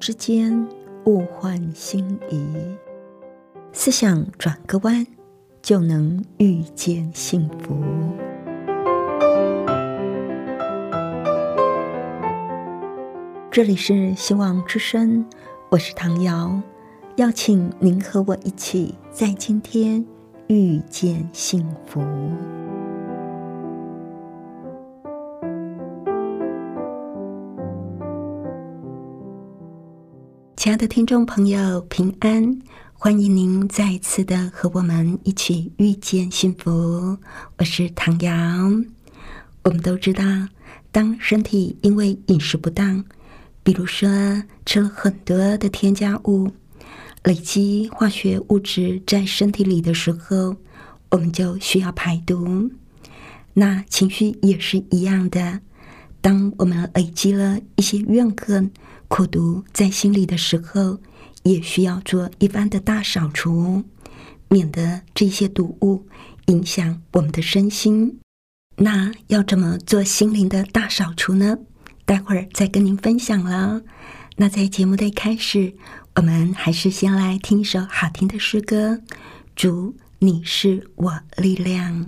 之间，物换星移，思想转个弯，就能遇见幸福。这里是希望之声，我是唐瑶，邀请您和我一起在今天遇见幸福。亲爱的听众朋友，平安，欢迎您再一次的和我们一起遇见幸福。我是唐瑶。我们都知道，当身体因为饮食不当，比如说吃了很多的添加物，累积化学物质在身体里的时候，我们就需要排毒。那情绪也是一样的，当我们累积了一些怨恨、苦毒在心里的时候，也需要做一番的大扫除，免得这些毒物影响我们的身心。那要怎么做心灵的大扫除呢？待会儿再跟您分享了。那在节目的开始，我们还是先来听一首好听的诗歌，主，你是我力量。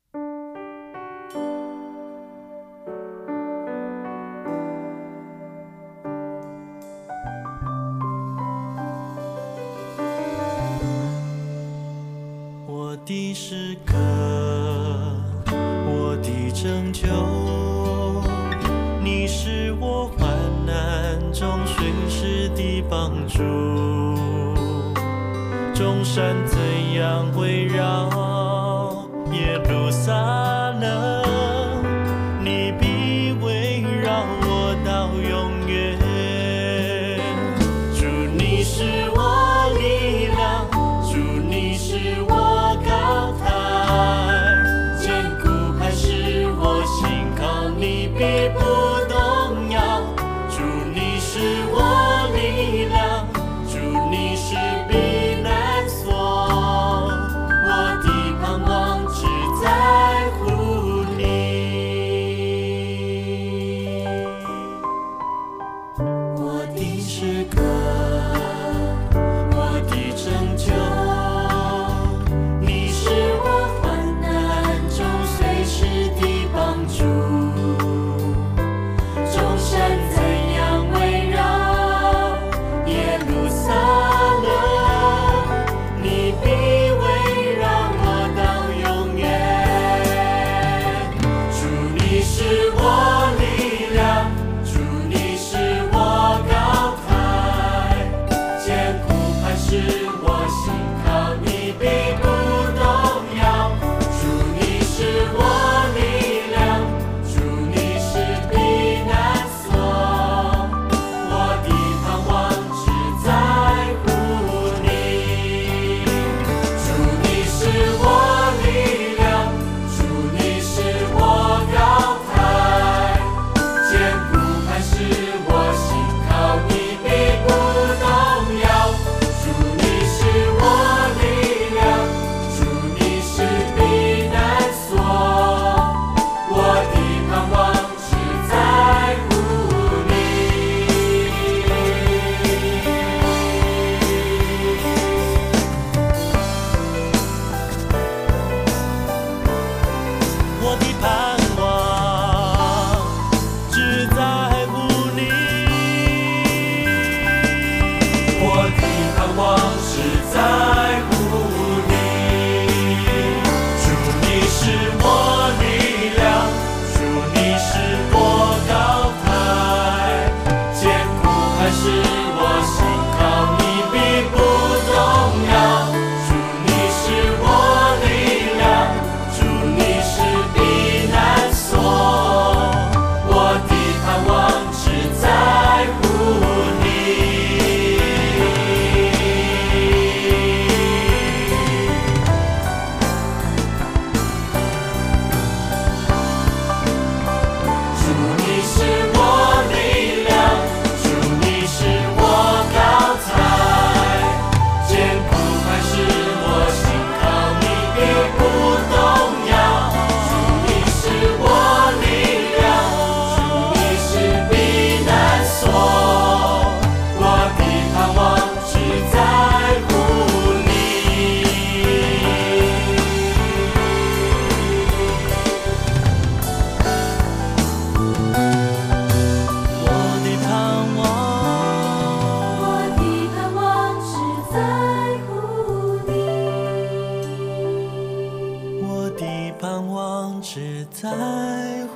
我的诗歌，我的拯救，你是我患难中随时的帮助。众山怎样围绕耶路撒冷，你必围绕我到永远。主，你是我力量，主，你是我高台，坚固磐石，我信靠你必不动摇。主，你是我力量，主，你是避难所，我的盼望只在乎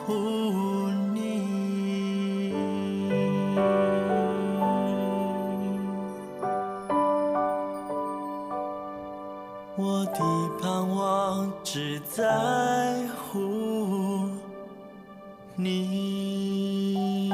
乎你。我的盼望只在乎你。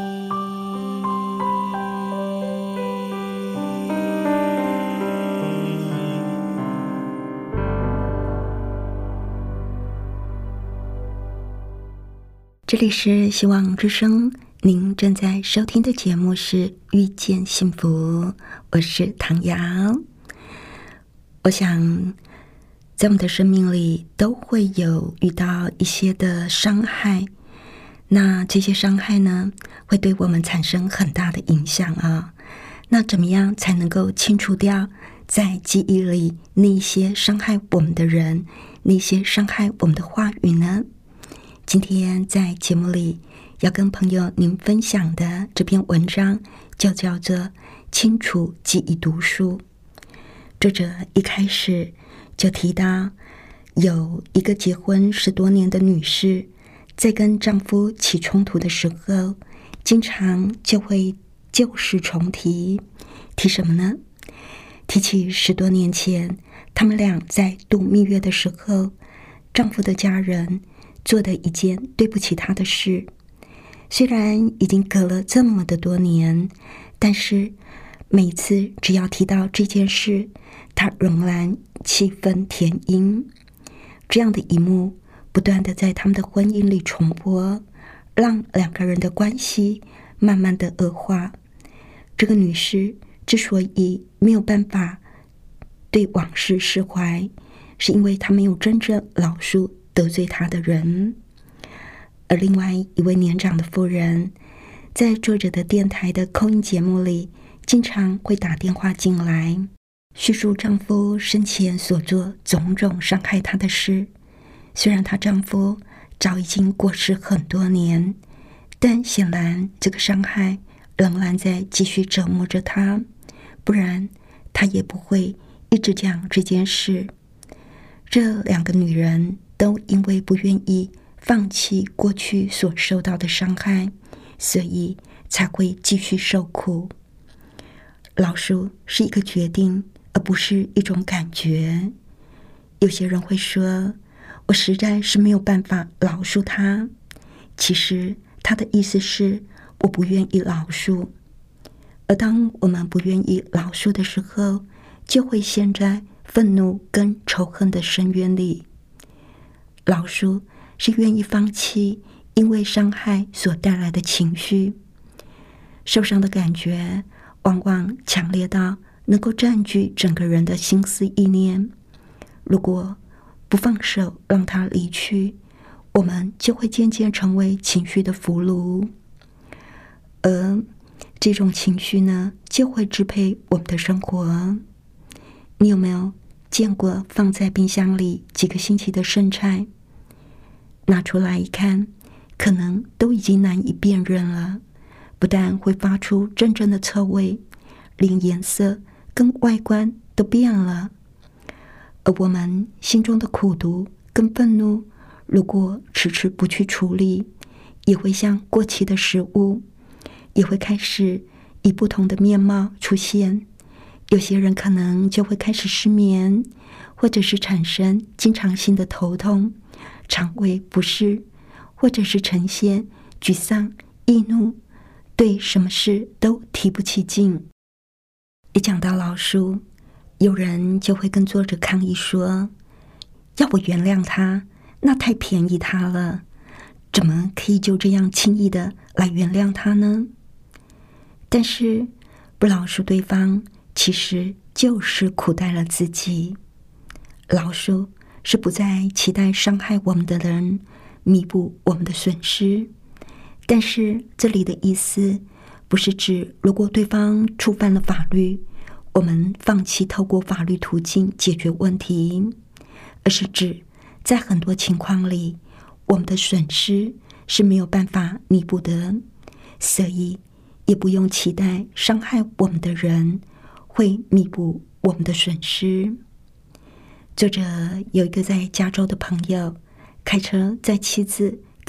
这里是希望之声，您正在收听的节目是遇见幸福，我是唐瑶。我想在我们的生命里都会有遇到一些的伤害，那这些伤害呢，会对我们产生很大的影响啊。那怎么样才能够清除掉在记忆里那些伤害我们的人，那些伤害我们的话语呢？今天在节目里要跟朋友您分享的这篇文章就叫做《清除记忆毒素》。作者一开始就提到，有一个结婚10多年的女士，在跟丈夫起冲突的时候，经常就会旧事重提。提什么呢？提起10多年前他们俩在度蜜月的时候，丈夫的家人做的一件对不起他的事。虽然已经隔了这么的多年，但是每次只要提到这件事，他仍然气愤填膺。这样的一幕不断的在他们的婚姻里重播，让两个人的关系慢慢的恶化。这个女士之所以没有办法对往事释怀，是因为她没有真正饶恕得罪她的人。而另外一位年长的妇人，在作者的电台的call in节目里，经常会打电话进来，叙述丈夫生前所做种种伤害她的事。虽然她丈夫早已经过世很多年，但显然这个伤害仍然在继续折磨着她，不然她也不会一直讲这件事。这两个女人都因为不愿意放弃过去所受到的伤害，所以才会继续受苦。饶恕是一个决定，而不是一种感觉。有些人会说，我实在是没有办法饶恕他。其实他的意思是，我不愿意饶恕。而当我们不愿意饶恕的时候，就会陷在愤怒跟仇恨的深渊里。饶恕是愿意放弃因为伤害所带来的情绪。受伤的感觉往往强烈到能够占据整个人的心思意念。如果不放手让它离去，我们就会渐渐成为情绪的俘虏，而这种情绪呢，就会支配我们的生活。你有没有见过放在冰箱里几个星期的剩菜，拿出来一看，可能都已经难以辨认了，不但会发出阵阵的臭味，连颜色跟外观都变了。而我们心中的苦毒跟愤怒，如果迟迟不去处理，也会像过期的食物，也会开始以不同的面貌出现。有些人可能就会开始失眠，或者是产生经常性的头痛、肠胃不适，或者是呈现沮丧、易怒，对什么事都提不起劲。一讲到饶恕，有人就会跟作者抗议说，要我原谅他，那太便宜他了，怎么可以就这样轻易的来原谅他呢？但是不饶恕对方，其实就是苦待了自己。饶恕是不再期待伤害我们的人弥补我们的损失，但是这里的意思不是指如果对方触犯了法律，我们放弃透过法律途径解决问题，而是指在很多情况里，我们的损失是没有办法弥补的，所以也不用期待伤害我们的人会弥补我们的损失。作者有一个在加州的朋友，开车载妻子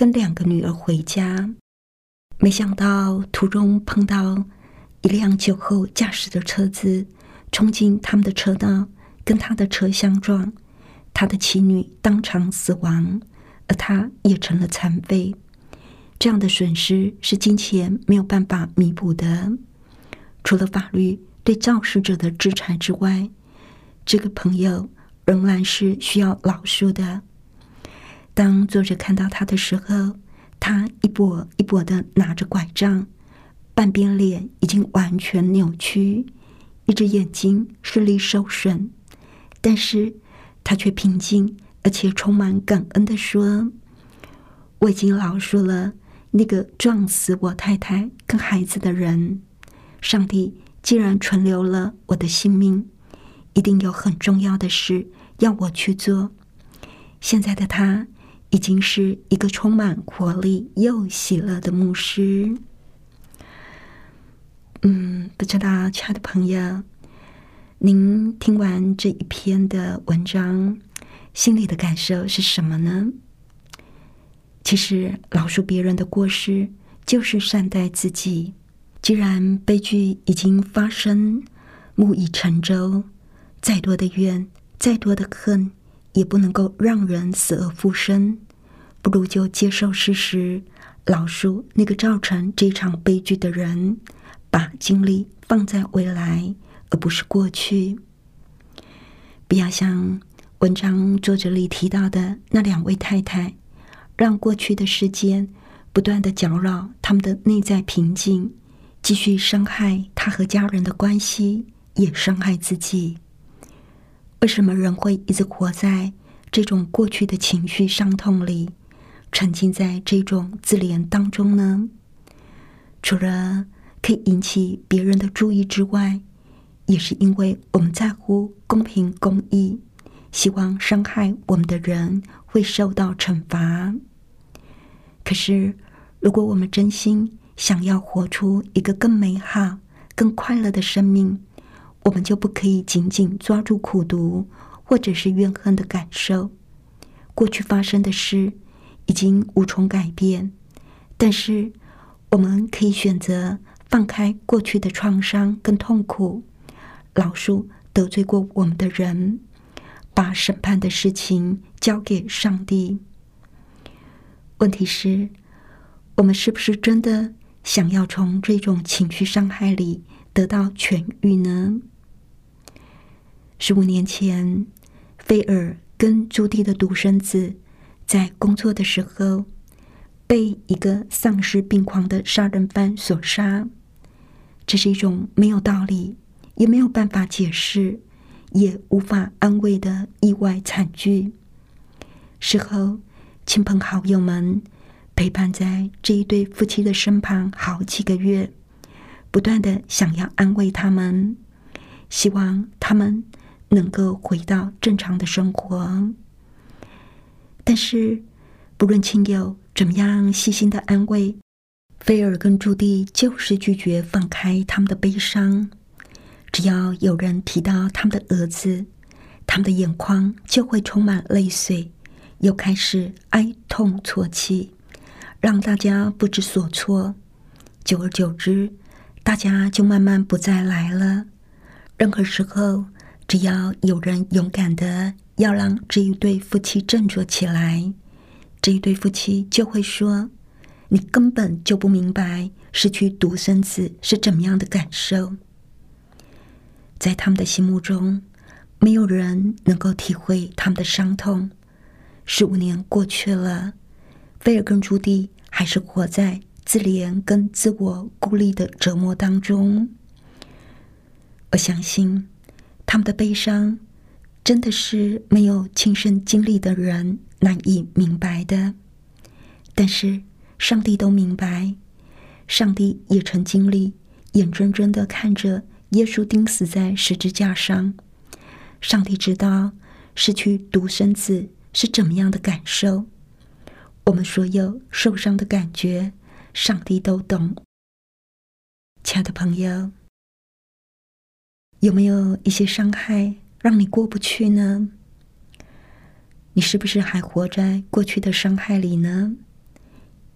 跟2个女儿回家，没想到途中碰到一辆酒后驾驶的车子冲进他们的车道，跟他的车相撞，他的妻女当场死亡，而他也成了残废。这样的损失是金钱没有办法弥补的。除了法律对肇事者的制裁之外，这个朋友仍然是需要饶恕的。当作者看到他的时候，他一跛一跛的拿着拐杖，半边脸已经完全扭曲，一只眼睛视力受损，但是他却平静而且充满感恩地说：我已经饶恕了那个撞死我太太跟孩子的人，上帝既然存留了我的性命，一定有很重要的事要我去做。现在的他已经是一个充满活力又喜乐的牧师。不知道亲爱的朋友，您听完这一篇的文章，心里的感受是什么呢？其实饶恕别人的过失就是善待自己。既然悲剧已经发生，木已成舟，再多的怨，再多的恨，也不能够让人死而复生，不如就接受事实，饶恕那个造成这场悲剧的人，把精力放在未来，而不是过去。不要像文章作者里提到的那2位太太，让过去的事件不断的搅扰他们的内在平静，继续伤害他和家人的关系，也伤害自己。为什么人会一直活在这种过去的情绪伤痛里，沉浸在这种自怜当中呢？除了可以引起别人的注意之外，也是因为我们在乎公平公义，希望伤害我们的人会受到惩罚。可是如果我们真心想要活出一个更美好更快乐的生命，我们就不可以紧紧抓住苦毒或者是怨恨的感受。过去发生的事已经无从改变，但是我们可以选择放开过去的创伤跟痛苦，饶恕得罪过我们的人，把审判的事情交给上帝。问题是，我们是不是真的想要从这种情绪伤害里得到痊愈呢？15年前，菲尔跟朱棣的独生子在工作的时候，被一个丧尸病狂的杀人犯所杀。这是一种没有道理，也没有办法解释，也无法安慰的意外惨剧。事后，亲朋好友们陪伴在这一对夫妻的身旁好几个月，不断的想要安慰他们，希望他们能够回到正常的生活。但是不论亲友怎么样细心的安慰，菲尔跟朱棣就是拒绝放开他们的悲伤。只要有人提到他们的儿子，他们的眼眶就会充满泪水，又开始哀痛啜泣，让大家不知所措。久而久之，大家就慢慢不再来了。任何时候，只要有人勇敢的要让这一对夫妻振作起来，这一对夫妻就会说：你根本就不明白失去独生子是怎么样的感受。在他们的心目中，没有人能够体会他们的伤痛。15年过去了，菲尔跟朱棣还是活在自怜跟自我孤立的折磨当中。我相信他们的悲伤真的是没有亲身经历的人难以明白的，但是上帝都明白。上帝也曾经历，眼睁睁地看着耶稣钉死在十字架上。上帝知道失去独生子是怎么样的感受，我们所有受伤的感觉，上帝都懂。亲爱的朋友，有没有一些伤害让你过不去呢？你是不是还活在过去的伤害里呢？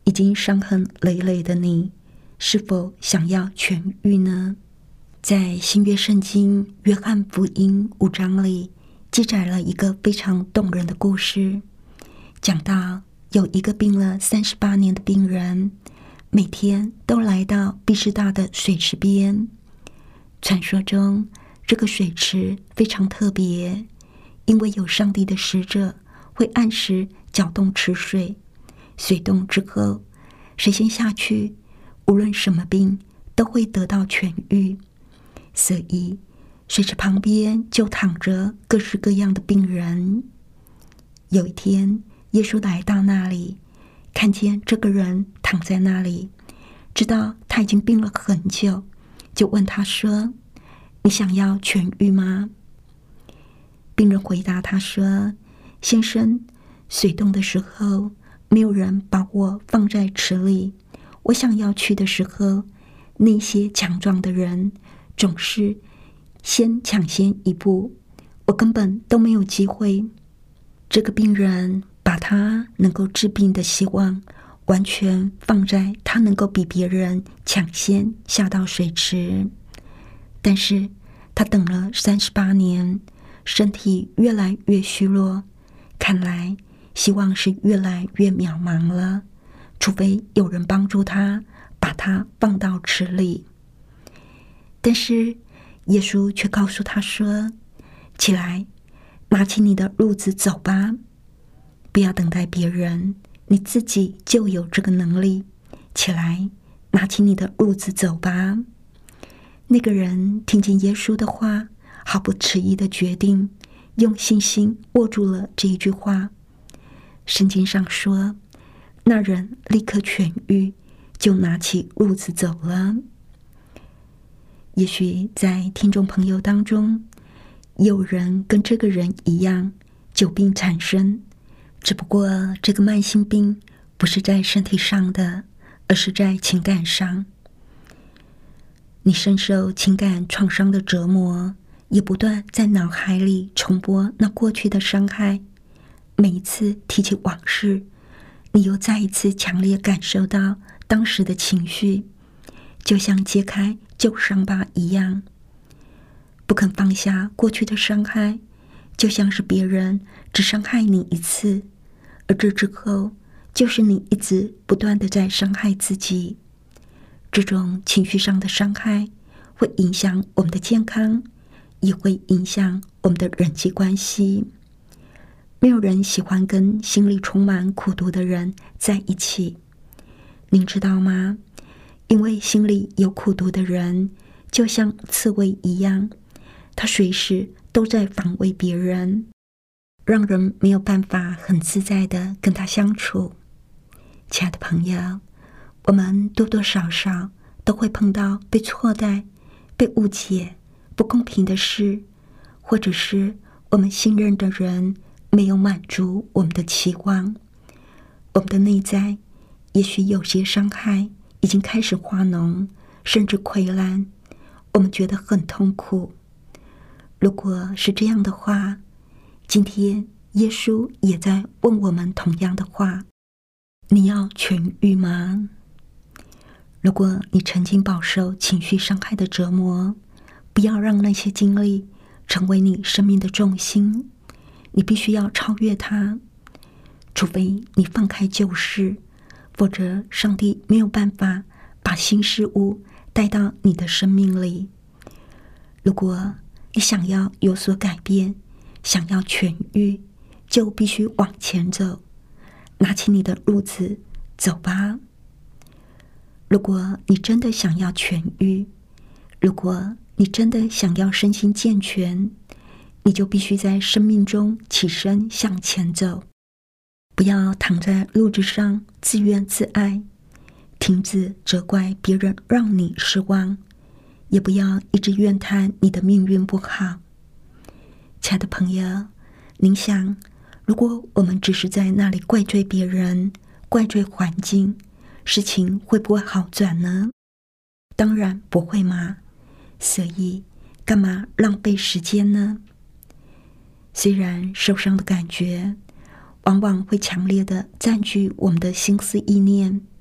已经伤痕累累的你，是否想要痊愈呢？在新约圣经约翰福音5章里，记载了一个非常动人的故事，讲到有一个病了38年的病人，每天都来到毕士大的水池边。传说中，这个水池非常特别，因为有上帝的使者会按时搅动池水，水动之后，谁先下去，无论什么病都会得到痊愈。所以水池旁边就躺着各式各样的病人。有一天，耶稣来到那里，看见这个人躺在那里，知道他已经病了很久，就问他说：你想要痊愈吗？病人回答他说：先生，水动的时候没有人把我放在池里，我想要去的时候，那些强壮的人总是抢先一步，我根本都没有机会。这个病人把他能够治病的希望完全放在他能够比别人抢先下到水池，但是他等了38年，身体越来越虚弱，看来希望是越来越渺茫了，除非有人帮助他把他放到池里。但是耶稣却告诉他说：起来，拿起你的褥子走吧，不要等待别人，你自己就有这个能力。起来，拿起你的褥子走吧。那个人听见耶稣的话，毫不迟疑的决定，用信心握住了这一句话。圣经上说，那人立刻痊愈，就拿起褥子走了。也许在听众朋友当中，有人跟这个人一样，久病缠身，只不过这个慢性病不是在身体上的，而是在情感上。你深受情感创伤的折磨，也不断在脑海里重播那过去的伤害。每一次提起往事，你又再一次强烈感受到当时的情绪，就像揭开旧伤疤一样，不肯放下过去的伤害，就像是别人只伤害你一次，而这之后就是你一直不断的在伤害自己。这种情绪上的伤害会影响我们的健康，也会影响我们的人际关系。没有人喜欢跟心里充满苦毒的人在一起，您知道吗？因为心里有苦毒的人，就像刺猬一样，他随时都在防卫别人，让人没有办法很自在的跟他相处。亲爱的朋友，我们多多少少都会碰到被错待、被误解、不公平的事，或者是我们信任的人没有满足我们的期望。我们的内在也许有些伤害已经开始化脓，甚至溃烂，我们觉得很痛苦。如果是这样的话，今天耶稣也在问我们同样的话：你要痊愈吗？如果你曾经饱受情绪伤害的折磨，不要让那些经历成为你生命的重心，你必须要超越它。除非你放开旧事，否则上帝没有办法把新事物带到你的生命里。如果你想要有所改变，想要痊愈，就必须往前走，拿起你的褥子走吧。如果你真的想要痊愈，如果你真的想要身心健全，你就必须在生命中起身向前走，不要躺在褥子上自怨自艾，停止责怪别人让你失望，也不要一直怨叹你的命运不好。亲爱的朋友，您想，如果我们只是在那里怪罪别人、怪罪环境，事情会不会好转呢？当然不会嘛，所以干嘛浪费时间呢？虽然受伤的感觉往往会强烈的占据我们的心思意念，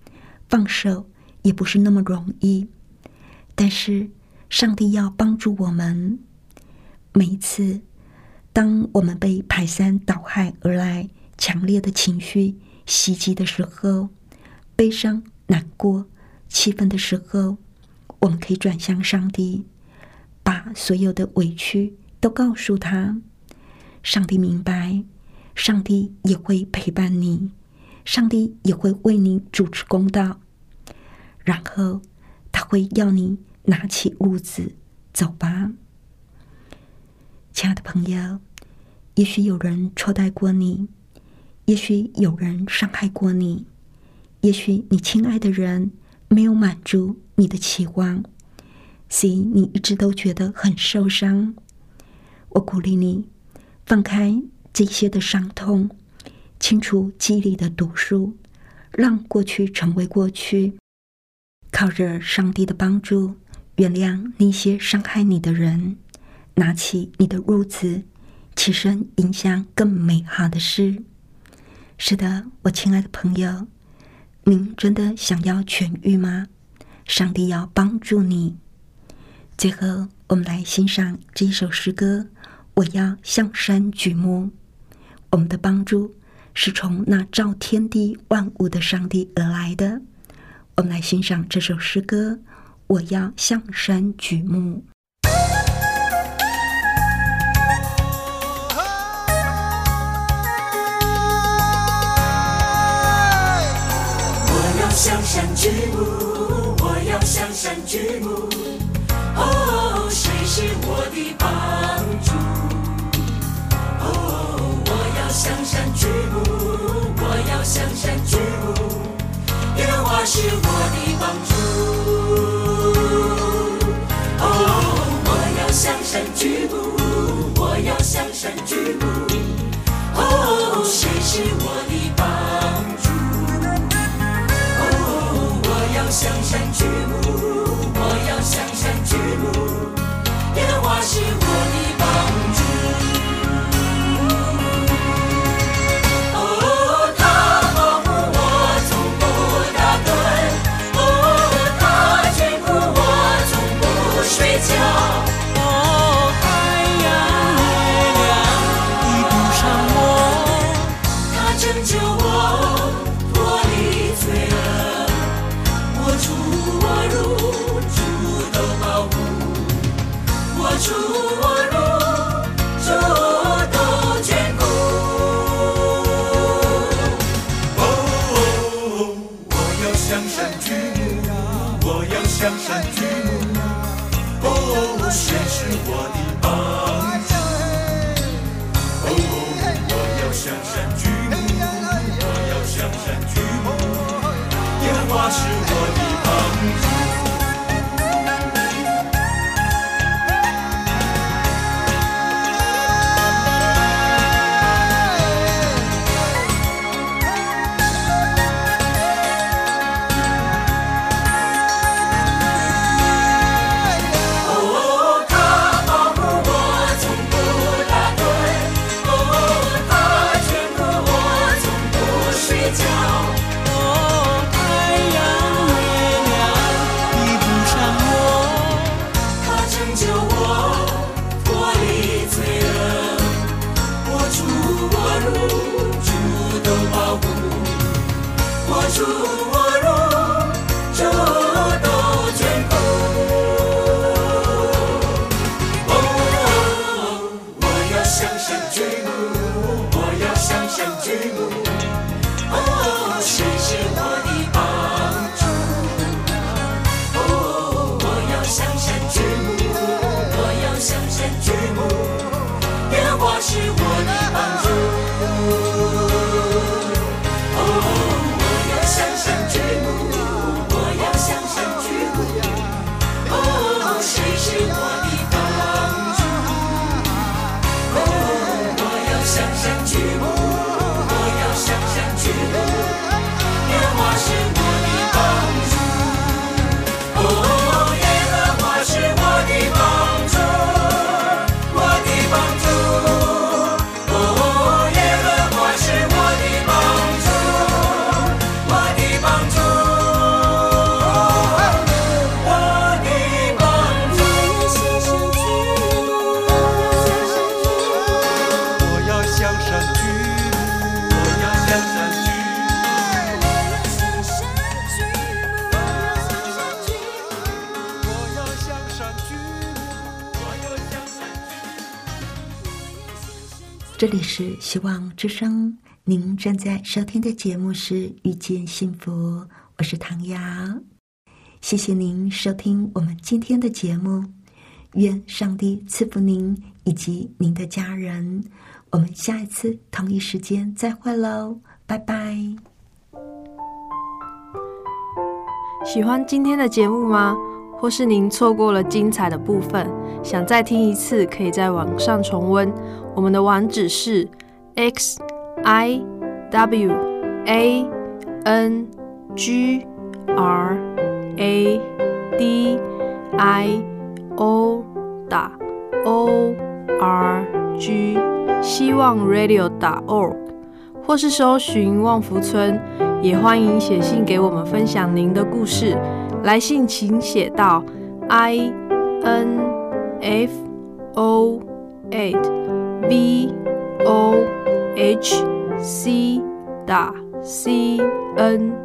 放手也不是那么容易，但是上帝要帮助我们。每一次当我们被排山倒海而来强烈的情绪袭击的时候，悲伤、难过、气愤的时候，我们可以转向上帝，把所有的委屈都告诉他。上帝明白，上帝也会陪伴你，上帝也会为你主持公道，然后他会要你拿起褥子走吧。亲爱的朋友，也许有人错待过你，也许有人伤害过你，也许你亲爱的人没有满足你的期望，所以你一直都觉得很受伤。我鼓励你放开这些的伤痛，清除记忆里的毒素，让过去成为过去，靠着上帝的帮助，原谅那些伤害你的人，拿起你的褥子，起身迎向更美好的事。是的，我亲爱的朋友，您真的想要痊愈吗？上帝要帮助你。最后，我们来欣赏这一首诗歌，我要向山举目。我们的帮助是从那造天地万物的上帝而来的。我们来欣赏这首诗歌，我要向山举目。 向山举目，我要向山举目。哦，谁是我的帮助？哦，我要向山举目，我要向山举目。耶和华是我的帮助。哦，我要向山举目，我要向山举目。哦，谁是我的帮助？向山举目，我要向山举目，耶和华是我的帮助。哦，他保护我从不打盹，哦，他眷顾我从不睡觉。哦，太阳月亮已补上我，他拯救我脱离罪恶。我出我入，主都保护；我出我入，主都眷顾。哦，我要向山举目，我要向山举目。哦，谁是我的帮助？哦，我要向山举目，我要向山举目。耶和华是我的帮助。哦，他保护我从不打盹，哦，他眷顾我从不睡觉。哦，太阳这里是希望之声，您正在收听的节目是遇见幸福，我是唐瑶。谢谢您收听我们今天的节目，愿上帝赐福您以及您的家人。我们下一次同一时间再会喽，拜拜。 喜欢今天的节目吗？或是您错过了精彩的部分，想再听一次，可以在网上重温。我们的网址是 xiwangradio.org， 希望 radio.org， 或是搜寻旺福村，也欢迎写信给我们分享您的故事。来信请写到 info@vohc.cn